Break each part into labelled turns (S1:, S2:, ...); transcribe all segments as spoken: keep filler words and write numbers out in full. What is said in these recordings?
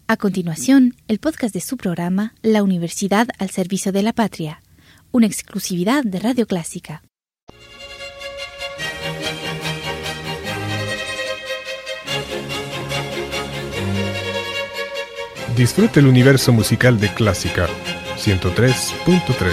S1: A continuación, el podcast de su programa La Universidad al Servicio de la Patria, una exclusividad de Radio Clásica.
S2: Disfrute el universo musical de Clásica ciento tres punto tres.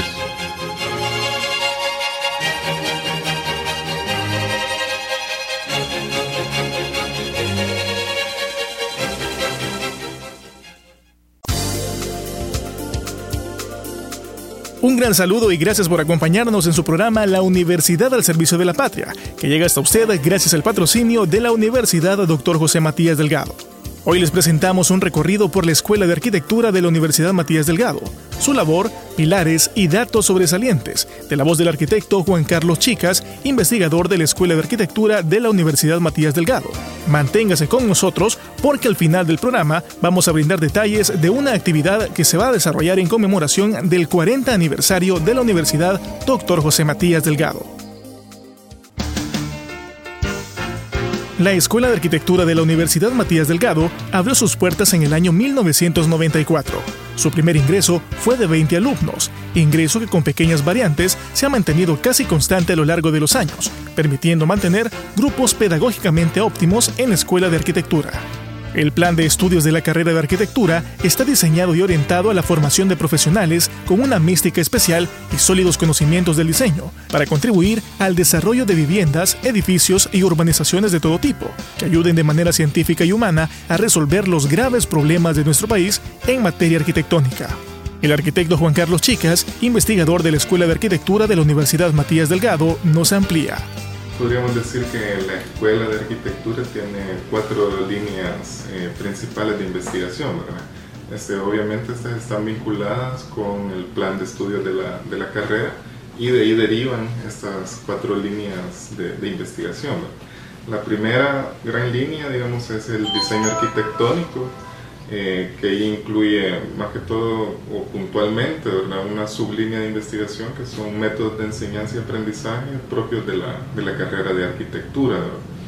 S3: Un gran saludo y gracias por acompañarnos en su programa La Universidad al Servicio de la Patria, que llega hasta usted gracias al patrocinio de la Universidad doctor José Matías Delgado. Hoy les presentamos un recorrido por la Escuela de Arquitectura de la Universidad Matías Delgado, su labor, pilares y datos sobresalientes, de la voz del arquitecto Juan Carlos Chicas, investigador de la Escuela de Arquitectura de la Universidad Matías Delgado. Manténgase con nosotros porque al final del programa vamos a brindar detalles de una actividad que se va a desarrollar en conmemoración del cuarenta aniversario de la Universidad doctor José Matías Delgado. La Escuela de Arquitectura de la Universidad Matías Delgado abrió sus puertas en el año mil novecientos noventa y cuatro. Su primer ingreso fue de veinte alumnos, ingreso que con pequeñas variantes se ha mantenido casi constante a lo largo de los años, permitiendo mantener grupos pedagógicamente óptimos en la Escuela de Arquitectura. El plan de estudios de la carrera de arquitectura está diseñado y orientado a la formación de profesionales con una mística especial y sólidos conocimientos del diseño, para contribuir al desarrollo de viviendas, edificios y urbanizaciones de todo tipo, que ayuden de manera científica y humana a resolver los graves problemas de nuestro país en materia arquitectónica. El arquitecto Juan Carlos Chicas, investigador de la Escuela de Arquitectura de la Universidad Matías Delgado, nos amplía.
S4: Podríamos decir que la Escuela de Arquitectura tiene cuatro líneas eh, principales de investigación, ¿verdad? Este, obviamente estas están vinculadas con el plan de estudios de la, de la carrera y de ahí derivan estas cuatro líneas de, de investigación, ¿verdad? La primera gran línea, digamos, es el diseño arquitectónico, Eh, que incluye más que todo o puntualmente, ¿verdad?, una sublínea de investigación que son métodos de enseñanza y aprendizaje propios de la, de la carrera de arquitectura,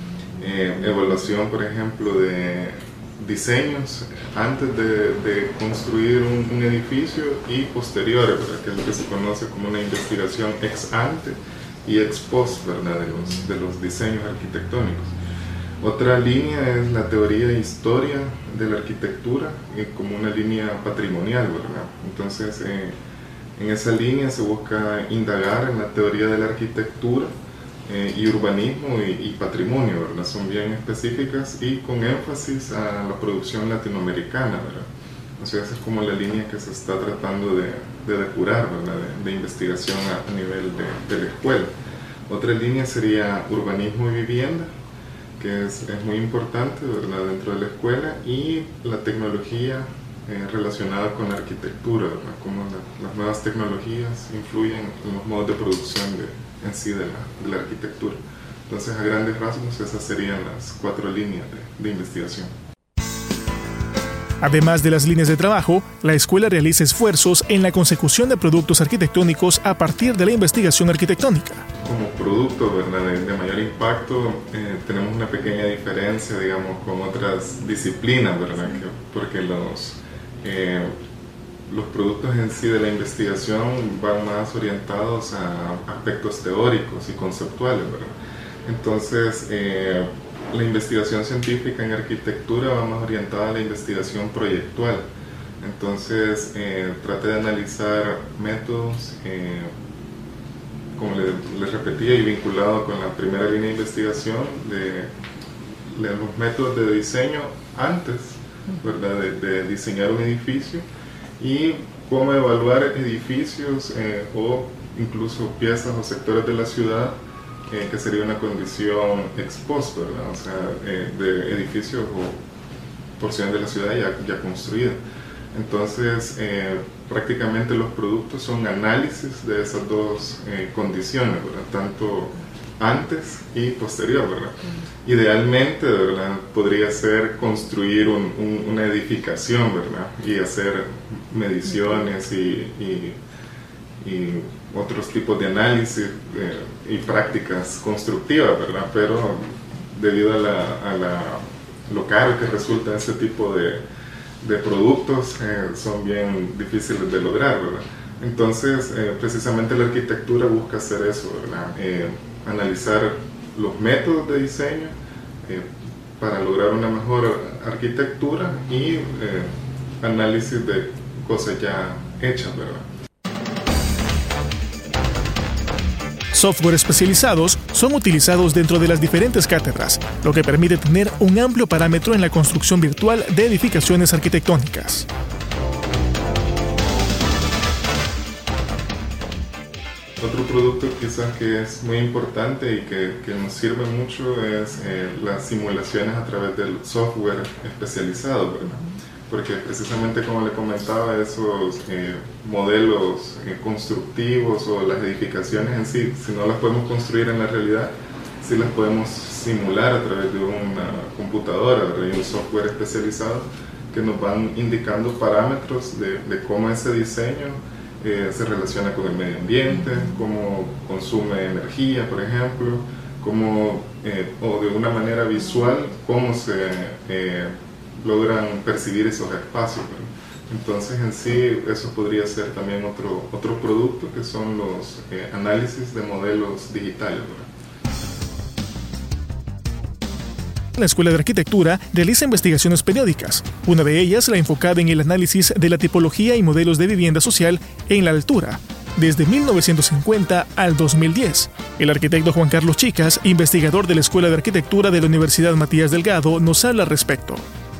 S4: eh, evaluación, por ejemplo, de diseños antes de, de construir un, un edificio y posteriores, ¿verdad?, que es lo que se conoce como una investigación ex ante y ex post, ¿verdad?, de los, de los diseños arquitectónicos. Otra línea es la teoría e historia de la arquitectura, eh, como una línea patrimonial, ¿verdad? Entonces, eh, en esa línea se busca indagar en la teoría de la arquitectura eh, y urbanismo y, y patrimonio, ¿verdad? Son bien específicas y con énfasis a la producción latinoamericana, ¿verdad? O sea, esa es como la línea que se está tratando de, de depurar, ¿verdad?, de, de investigación a, a nivel de, de la escuela. Otra línea sería urbanismo y vivienda, que es, es muy importante, ¿verdad?, dentro de la escuela, y la tecnología eh, relacionada con la arquitectura, ¿verdad?, cómo la, las nuevas tecnologías influyen en los modos de producción de, en sí de la, de la arquitectura. Entonces, a grandes rasgos, esas serían las cuatro líneas de, de investigación.
S3: Además de las líneas de trabajo, la escuela realiza esfuerzos en la consecución de productos arquitectónicos a partir de la investigación arquitectónica.
S4: Como producto, ¿verdad?, de, de mayor impacto, eh, tenemos una pequeña diferencia, digamos, con otras disciplinas, ¿verdad?, que, porque los, eh, los productos en sí de la investigación van más orientados a aspectos teóricos y conceptuales, ¿verdad? Entonces, eh, la investigación científica en arquitectura va más orientada a la investigación proyectual. Entonces, eh, trata de analizar métodos, eh, como les, les repetía, y vinculado con la primera línea de investigación, de, de los métodos de diseño antes, ¿verdad?, de, de diseñar un edificio, y cómo evaluar edificios eh, o incluso piezas o sectores de la ciudad, Eh, que sería una condición ex post, ¿verdad?, o sea, eh, de edificios o porciones de la ciudad ya, ya construidas. Entonces, eh, prácticamente los productos son análisis de esas dos eh, condiciones, ¿verdad?, tanto antes y posterior, ¿verdad? Mm. Idealmente, ¿verdad?, podría ser construir un, un, una edificación, ¿verdad?, y hacer mediciones y, y, y otros tipos de análisis eh, y prácticas constructivas, ¿verdad? Pero debido a, la, a la, lo caro que resulta ese tipo de, de productos eh, son bien difíciles de lograr, ¿verdad? Entonces, eh, precisamente la arquitectura busca hacer eso, ¿verdad? Eh, analizar los métodos de diseño eh, para lograr una mejor arquitectura y eh, análisis de cosas ya hechas, ¿verdad?
S3: Software especializados son utilizados dentro de las diferentes cátedras, lo que permite tener un amplio parámetro en la construcción virtual de edificaciones arquitectónicas.
S4: Otro producto quizás que es muy importante y que, que nos sirve mucho es eh, las simulaciones a través del software especializado, ¿verdad? Porque precisamente como le comentaba, esos eh, modelos eh, constructivos o las edificaciones en sí, si no las podemos construir en la realidad, sí las podemos simular a través de una computadora, ¿verdad? Y un software especializado que nos van indicando parámetros de, de cómo ese diseño eh, se relaciona con el medio ambiente, cómo consume energía, por ejemplo, cómo, eh, o de una manera visual, cómo se eh, logran percibir esos espacios, ¿verdad? Entonces en sí eso podría ser también otro, otro producto que son los eh, análisis de modelos digitales, ¿verdad?
S3: La Escuela de Arquitectura realiza investigaciones periódicas, una de ellas la enfocada en el análisis de la tipología y modelos de vivienda social en la altura, desde mil novecientos cincuenta al dos mil diez. El arquitecto Juan Carlos Chicas, investigador de la Escuela de Arquitectura de la Universidad Matías Delgado, nos habla al respecto.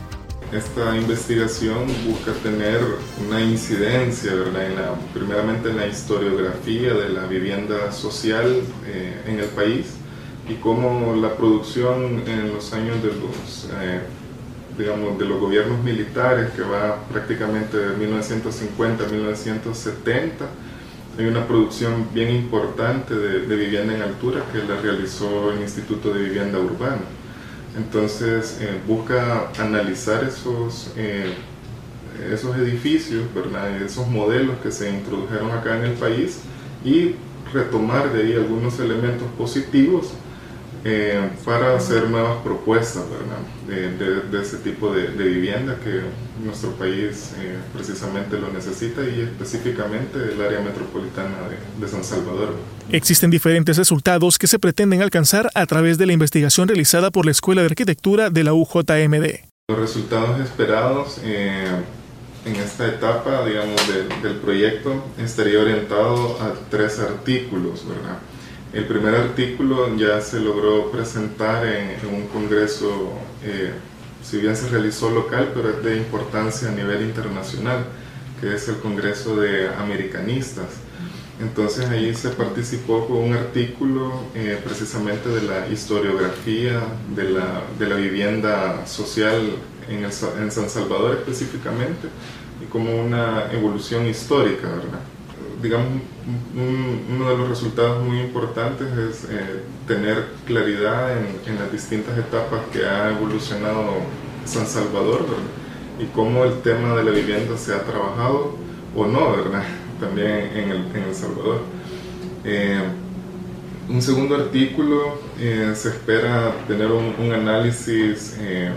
S4: Esta investigación busca tener una incidencia, ¿verdad? En la, primeramente en la historiografía de la vivienda social eh, en el país y cómo la producción en los años de los, eh, digamos, de los gobiernos militares, que va prácticamente de mil novecientos cincuenta a mil novecientos setenta, hay una producción bien importante de, de vivienda en altura que la realizó el Instituto de Vivienda Urbana. Entonces eh, busca analizar esos, eh, esos edificios, ¿verdad? Esos modelos que se introdujeron acá en el país y retomar de ahí algunos elementos positivos eh, para hacer nuevas propuestas, ¿verdad? De, de, de ese tipo de, de vivienda que nuestro país eh, precisamente lo necesita y específicamente el área metropolitana de, de San Salvador.
S3: Existen diferentes resultados que se pretenden alcanzar a través de la investigación realizada por la Escuela de Arquitectura de la U J M D.
S4: Los resultados esperados eh, en esta etapa, digamos, de, del proyecto estaría orientado a tres artículos, ¿verdad? El primer artículo ya se logró presentar en, en un congreso, eh, si bien se realizó local, pero es de importancia a nivel internacional, que es el Congreso de Americanistas. Entonces ahí se participó con un artículo eh, precisamente de la historiografía de la, de la vivienda social en, el, en San Salvador específicamente y como una evolución histórica, ¿verdad? Digamos, un, uno de los resultados muy importantes es eh, tener claridad en, en las distintas etapas que ha evolucionado San Salvador, ¿verdad? Y cómo el tema de la vivienda se ha trabajado o no, ¿verdad? También en El, en el Salvador. Eh, un segundo artículo eh, se espera tener un, un análisis eh,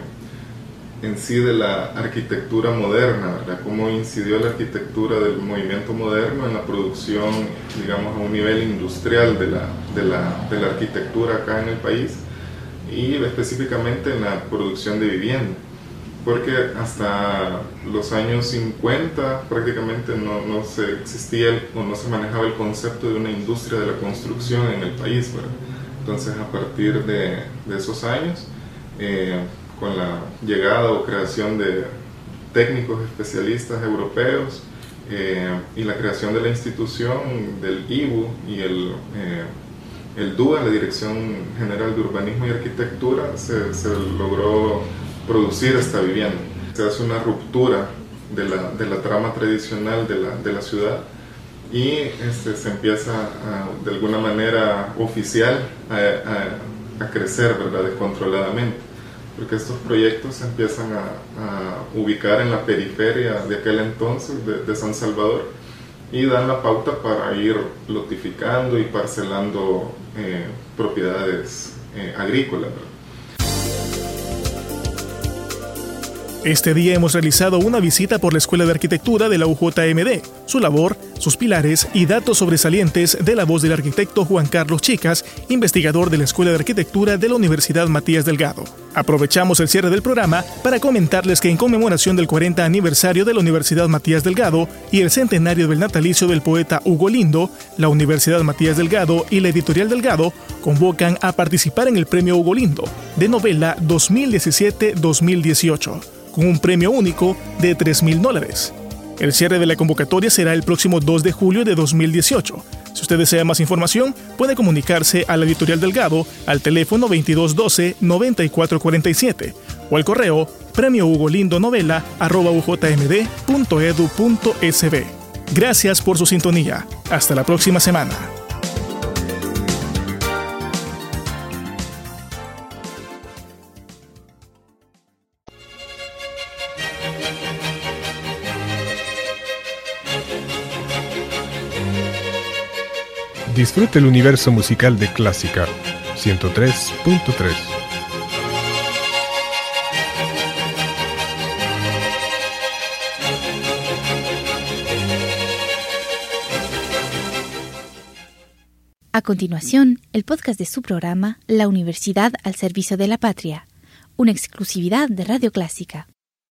S4: en sí de la arquitectura moderna, ¿verdad? Cómo incidió la arquitectura del movimiento moderno en la producción, digamos, a un nivel industrial de la, de la, de la arquitectura acá en el país y específicamente en la producción de vivienda. Porque hasta los años cincuenta prácticamente no, no se existía el, o no se manejaba el concepto de una industria de la construcción en el país, ¿verdad? Entonces a partir de, de esos años, eh, con la llegada o creación de técnicos especialistas europeos eh, y la creación de la institución del I B U y el, eh, el D U A, la Dirección General de Urbanismo y Arquitectura, se, se logró producir esta vivienda. Se hace una ruptura de la, de la trama tradicional de la, de la ciudad y este, se empieza a, de alguna manera oficial a, a, a crecer, ¿verdad? Descontroladamente, porque estos proyectos se empiezan a, a ubicar en la periferia de aquel entonces de, de San Salvador y dan la pauta para ir lotificando y parcelando eh, propiedades eh, agrícolas, ¿verdad?
S3: Este día hemos realizado una visita por la Escuela de Arquitectura de la U J M D, su labor, sus pilares y datos sobresalientes de la voz del arquitecto Juan Carlos Chicas, investigador de la Escuela de Arquitectura de la Universidad Matías Delgado. Aprovechamos el cierre del programa para comentarles que en conmemoración del cuarenta aniversario de la Universidad Matías Delgado y el centenario del natalicio del poeta Hugo Lindo, la Universidad Matías Delgado y la Editorial Delgado convocan a participar en el Premio Hugo Lindo de novela dos mil diecisiete dos mil dieciocho. Con un premio único de tres mil dólares. El cierre de la convocatoria será el próximo dos de julio de dos mil dieciocho. Si usted desea más información, puede comunicarse a la Editorial Delgado al teléfono veintidós doce noventa y cuatro cuarenta y siete o al correo premio hugo lindo novela arroba u j m d punto e d u punto s b. Gracias por su sintonía. Hasta la próxima semana.
S2: Disfrute el universo musical de Clásica ciento tres punto tres.
S1: A continuación, el podcast de su programa La Universidad al Servicio de la Patria, una exclusividad de Radio Clásica.